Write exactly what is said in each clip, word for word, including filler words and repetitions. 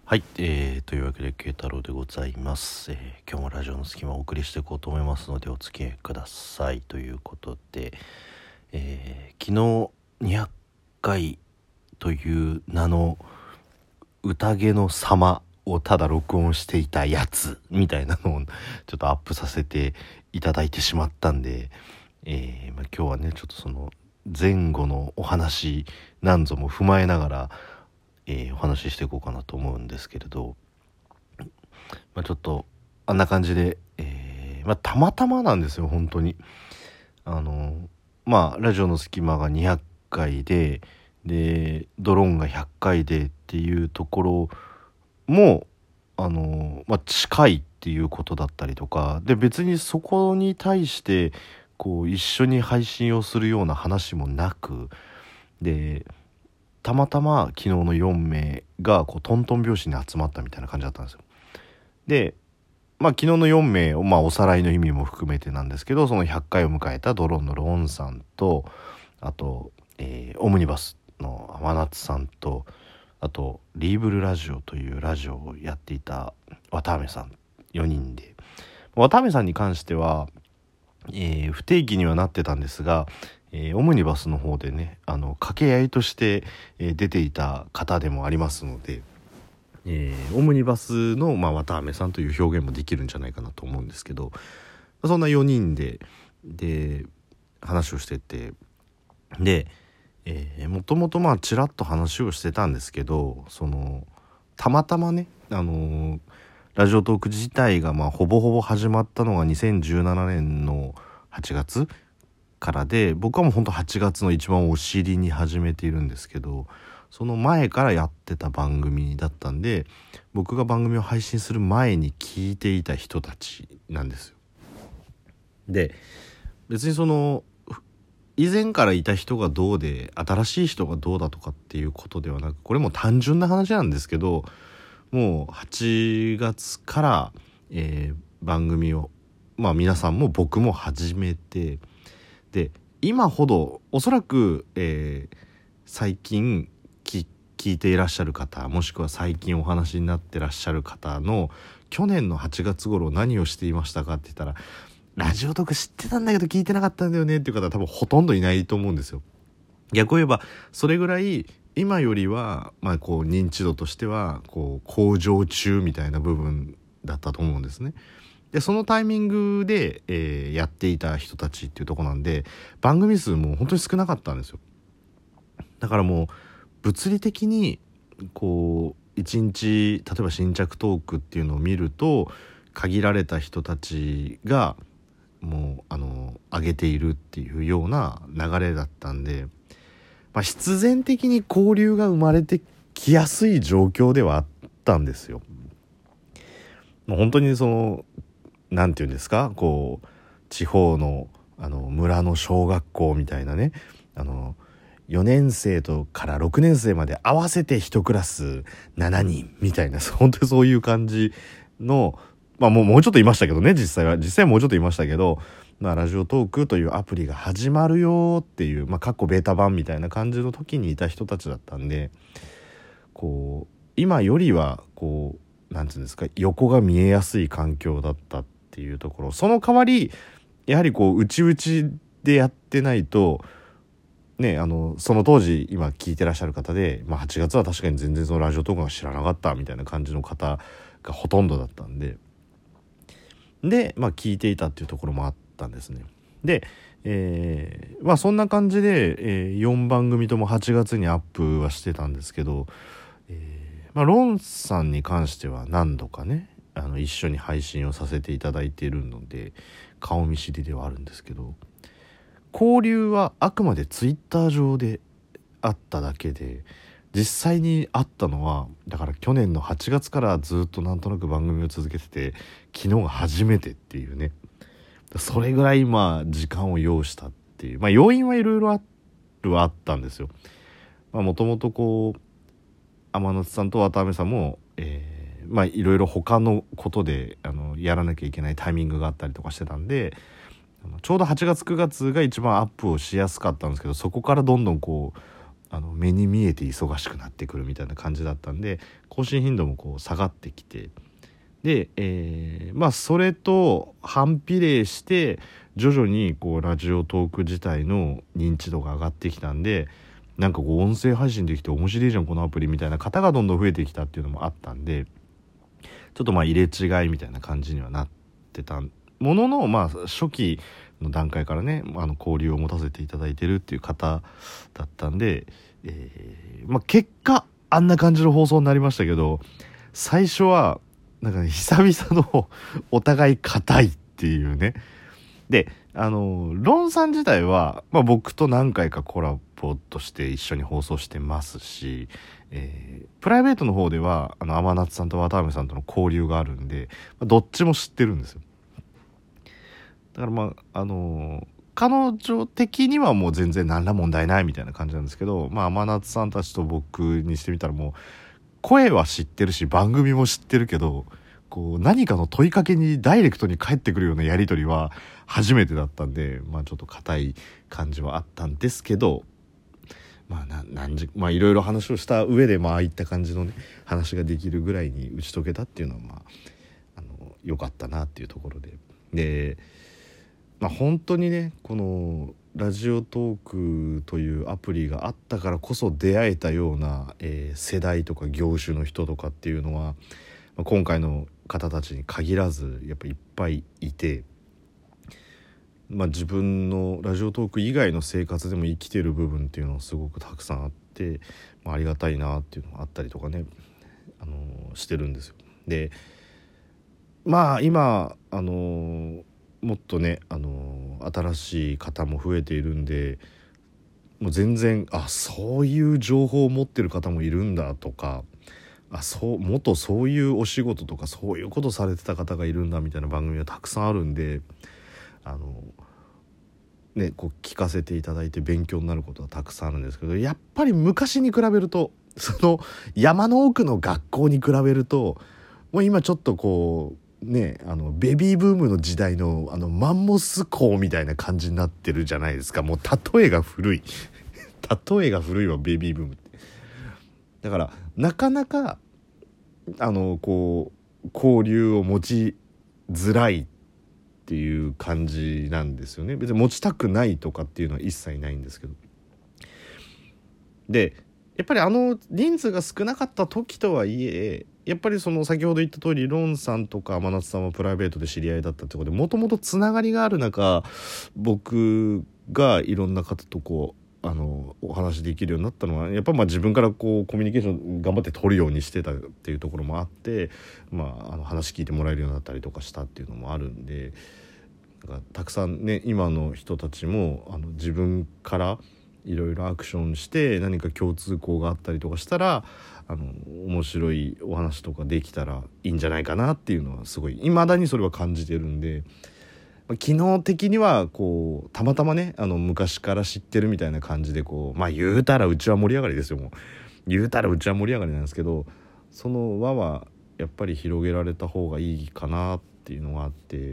はい、えー、というわけで慶太郎でございます、えー、今日もラジオの隙間をお送りしていこうと思いますのでお付き合いくださいということで、えー、昨日にひゃっかいという名の宴の様をただ録音していたやつみたいなのをちょっとアップさせていただいてしまったんで、えーまあ、今日はねちょっとその前後のお話何ぞも踏まえながらえー、お話ししていこうかなと思うんですけれど、まあ、ちょっとあんな感じで、えーまあ、たまたまなんですよ本当に。あのまあラジオの隙間がにひゃっかいででドローンがひゃっかいでっていうところもあの、まあ、近いっていうことだったりとかで、別にそこに対してこう一緒に配信をするような話もなくで、たまたま昨日のよんめいがこうトントン拍子に集まったみたいな感じだったんですよ。で、まあ昨日のよんめいを、まあ、おさらいの意味も含めてなんですけど、そのひゃっかいを迎えたドローンのローンさんと、あと、えーオムニバスの天夏さんと、あとリーブルラジオというラジオをやっていた渡辺さんよにんで、渡辺さんに関しては、えー不定期にはなってたんですが、えーオムニバスの方でねあの掛け合いとして、えー出ていた方でもありますので、えーオムニバスの、まあ、渡辺さんという表現もできるんじゃないかなと思うんですけど、そんなよにんでで話をしてて、で、えー、もともとまあちらっと話をしてたんですけど、そのたまたまねあのーラジオトーク自体がまあほぼほぼ始まったのがにせんじゅうななねんのはちがつからで、僕はもうほんとはちがつの一番お尻に始めているんですけど、その前からやってた番組だったんで、僕が番組を配信する前に聞いていた人たちなんですよ。で、別にその以前からいた人がどうで新しい人がどうだとかっていうことではなく、これも単純な話なんですけど、もうはちがつから、えー番組をまあ皆さんも僕も始めて、で今ほどおそらく、えー最近き聞いていらっしゃる方、もしくは最近お話になってらっしゃる方の去年のはちがつ頃何をしていましたかって言ったら、ラジオトーク知ってたんだけど聞いてなかったんだよねっていう方は多分ほとんどいないと思うんですよ。逆を言えばそれぐらい今よりはまあこう認知度としてはこう向上中みたいな部分だったと思うんですね。でそのタイミングで、えーやっていた人たちっていうところなんで、番組数も本当に少なかったんですよ。だからもう物理的にこう一日例えば新着トークっていうのを見ると限られた人たちがもうあの上げているっていうような流れだったんで、まあ、必然的に交流が生まれてきやすい状況ではあったんですよ。もう本当にそのなんていうんですか、こう地方のあの村の小学校みたいなね、あのよねんせいとからろくねんせいまで合わせていちクラスしちにんみたいな、本当にそういう感じの、まあもうもうちょっといましたけどね、実際は実際はもうちょっといましたけど、まあラジオトークというアプリが始まるよっていう、まあかっこベータ版みたいな感じの時にいた人たちだったんで、こう今よりはこうなんていうんですか、横が見えやすい環境だったっていうところ、その代わりやはりこう内々でやってないとね、あのその当時今聞いてらっしゃる方で、まあ、はちがつは確かに全然そのラジオトークが知らなかったみたいな感じの方がほとんどだったんで、でまあ聞いていたっていうところもあったんですね。で、えーまあそんな感じで、えーよんばん組ともはちがつにアップはしてたんですけど、えーまあロンさんに関しては何度かねあの一緒に配信をさせていただいているので顔見知りではあるんですけど、交流はあくまでツイッター上であっただけで、実際にあったのはだから去年のはちがつからずっとなんとなく番組を続けてて、昨日が初めてっていうね、それぐらいまあ時間を要したっていう、まあ要因はいろいろあるはあったんですよ。まあもともとこう天夏さんと渡辺さんも、えー、まあいろいろ他のことであのやらなきゃいけないタイミングがあったりとかしてたんで、ちょうどはちがつくがつが一番アップをしやすかったんですけど、そこからどんどんこうあの目に見えて忙しくなってくるみたいな感じだったんで、更新頻度もこう下がってきて、で、えー、まあそれと反比例して徐々にこうラジオトーク自体の認知度が上がってきたんで、なんかこう音声配信できて面白いじゃんこのアプリみたいな方がどんどん増えてきたっていうのもあったんで、ちょっとまあ入れ違いみたいな感じにはなってたものの、まあ初期の段階からね、あの交流を持たせていただいてるっていう方だったんで、えー、まあ結果あんな感じの放送になりましたけど、最初はなんか、ね、久々のお互い硬いっていうね。で、あのロンさん自体は、まあ、僕と何回かコラボとして一緒に放送してますし、えー、プライベートの方ではあの天夏さんと渡辺さんとの交流があるんで、まあ、どっちも知ってるんですよ。だからまああのー、彼女的にはもう全然何ら問題ないみたいな感じなんですけど、まあ天夏さんたちと僕にしてみたらもう声は知ってるし番組も知ってるけど、こう何かの問いかけにダイレクトに返ってくるようなやり取りは初めてだったんで、まあちょっと硬い感じはあったんですけど、まあな何時まあいろいろ話をした上でまあああいった感じのね話ができるぐらいに打ち解けたっていうのはまああの良かったなっていうところで、でまあ本当にねこのラジオトークというアプリがあったからこそ出会えたような、えー、世代とか業種の人とかっていうのは、まあ、今回の方たちに限らずやっぱいっぱいいて、まあ、自分のラジオトーク以外の生活でも生きてる部分っていうのはすごくたくさんあって、まあ、ありがたいなっていうのがあったりとかね、あのー、してるんですよ。でまあ今あのー、もっとね、あのー、新しい方も増えているんで、もう全然あそういう情報を持ってる方もいるんだとか、あそう元そういうお仕事とかそういうことされてた方がいるんだみたいな番組がたくさんあるんで、あのねこう聞かせていただいて勉強になることはたくさんあるんですけど、やっぱり昔に比べるとその山の奥の学校に比べるともう今ちょっとこうねあのベビーブームの時代のあのマンモス校みたいな感じになってるじゃないですか。もう例えが古い例えが古いわベビーブームって。だからなかなかあのこう交流を持ちづらいっていう感じなんですよね。別に持ちたくないとかっていうのは一切ないんですけど、でやっぱりあの人数が少なかった時とはいえ、やっぱりその先ほど言った通りロンさんとか真夏さんはプライベートで知り合いだったってことでもともとつながりがある中、僕がいろんな方とこうあのお話できるようになったのはやっぱまあ自分からこうコミュニケーション頑張って取るようにしてたっていうところもあって、まあ、あの話聞いてもらえるようになったりとかしたっていうのもあるんで、なんかたくさんね今の人たちもあの自分からいろいろアクションして何か共通項があったりとかしたらあの面白いお話とかできたらいいんじゃないかなっていうのはすごい未だにそれは感じてるんで、機能的にはこうたまたまねあの昔から知ってるみたいな感じでこうまあ言うたらうちは盛り上がりですよ。もう言うたらうちは盛り上がりなんですけど、その輪はやっぱり広げられた方がいいかなっていうのがあって、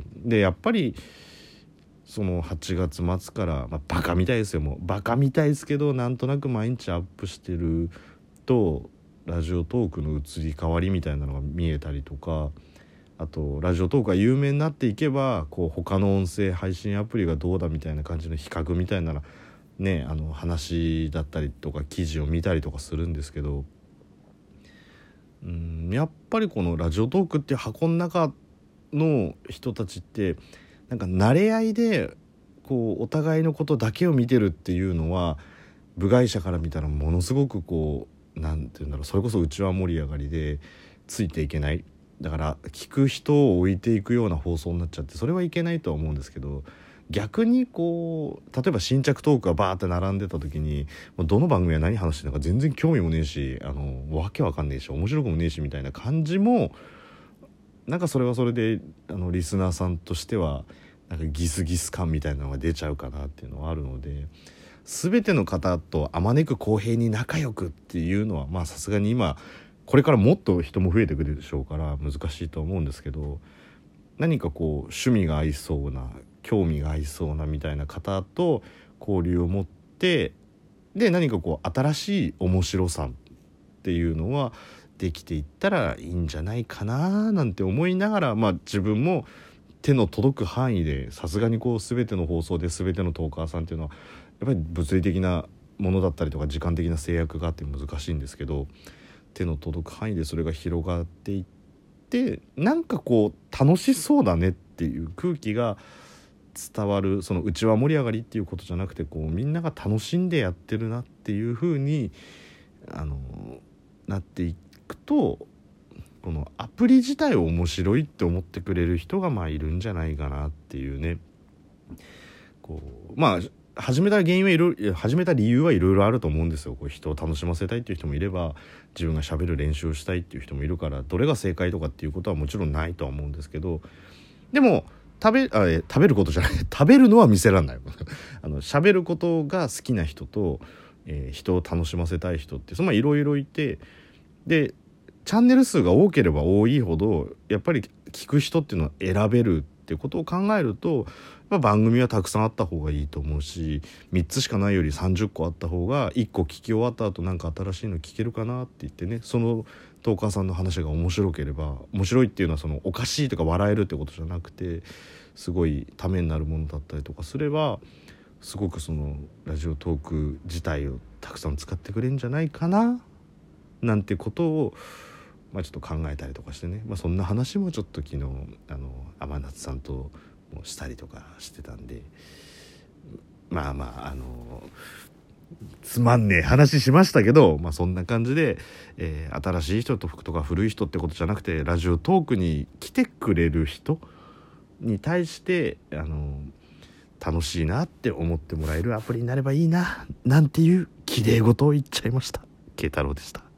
でやっぱりそのはちがつ末から、まあ、バカみたいですよ。もうバカみたいですけどなんとなく毎日アップしてるとラジオトークの移り変わりみたいなのが見えたりとか、あとラジオトークが有名になっていけばこう他の音声配信アプリがどうだみたいな感じの比較みたいなねあの話だったりとか記事を見たりとかするんですけど、うんやっぱりこのラジオトークっていう箱の中の人たちってなんか慣れ合いでこうお互いのことだけを見てるっていうのは部外者から見たらものすごくこうなんていうんだろう、それこそうちは盛り上がりでついていけない、だから聞く人を置いていくような放送になっちゃってそれはいけないとは思うんですけど、逆にこう例えば新着トークがバーって並んでた時にどの番組は何話してるのか全然興味もねえし、あのわけわかんねえし面白くもねえしみたいな感じもなんかそれはそれであのリスナーさんとしてはなんかギスギス感みたいなのが出ちゃうかなっていうのはあるので、全ての方とあまねく公平に仲良くっていうのはまあさすがに今これからもっと人も増えてくるでしょうから難しいと思うんですけど、何かこう趣味が合いそうな興味が合いそうなみたいな方と交流を持ってで何かこう新しい面白さっていうのはできていったらいいんじゃないかななんて思いながら、まあ自分も手の届く範囲で、さすがにこう全ての放送で全てのトーカーさんっていうのはやっぱり物理的なものだったりとか時間的な制約があって難しいんですけど、手の届く範囲でそれが広がっていって、なんかこう楽しそうだねっていう空気が伝わる、その内輪盛り上がりっていうことじゃなくて、こうみんなが楽しんでやってるなっていう風にあのなっていくと、このアプリ自体を面白いって思ってくれる人がまあいるんじゃないかなっていうね。こうまあ始めた原因はいろいろ、始めた理由はいろいろあると思うんですよ。こう人を楽しませたいっていう人もいれば、自分が喋る練習をしたいっていう人もいるから、どれが正解とかっていうことはもちろんないとは思うんですけど、でも食べあ食べることじゃない食べるのは見せらんないあの喋ることが好きな人と、えー、人を楽しませたい人っていろいろいて、でチャンネル数が多ければ多いほどやっぱり聞く人っていうのは選べるってことを考えると、まあ、番組はたくさんあった方がいいと思うし、みっつしかないよりさんじゅっこあった方がいっこ聞き終わった後なんか新しいの聞けるかなって言ってね、そのトーカーさんの話が面白ければ、面白いっていうのはそのおかしいとか笑えるってことじゃなくて、すごいためになるものだったりとかすれば、すごくそのラジオトーク自体をたくさん使ってくれるんじゃないかななんてことを、まあ、ちょっと考えたりとかしてね、まあ、そんな話もちょっと昨日あの天夏さんともしたりとかしてたんで、まあまああのつまんねえ話しましたけど、まあそんな感じで、えー、新しい人ととか古い人ってことじゃなくて、ラジオトークに来てくれる人に対してあの楽しいなって思ってもらえるアプリになればいいななんていう綺麗事を言っちゃいました。慶太郎でした。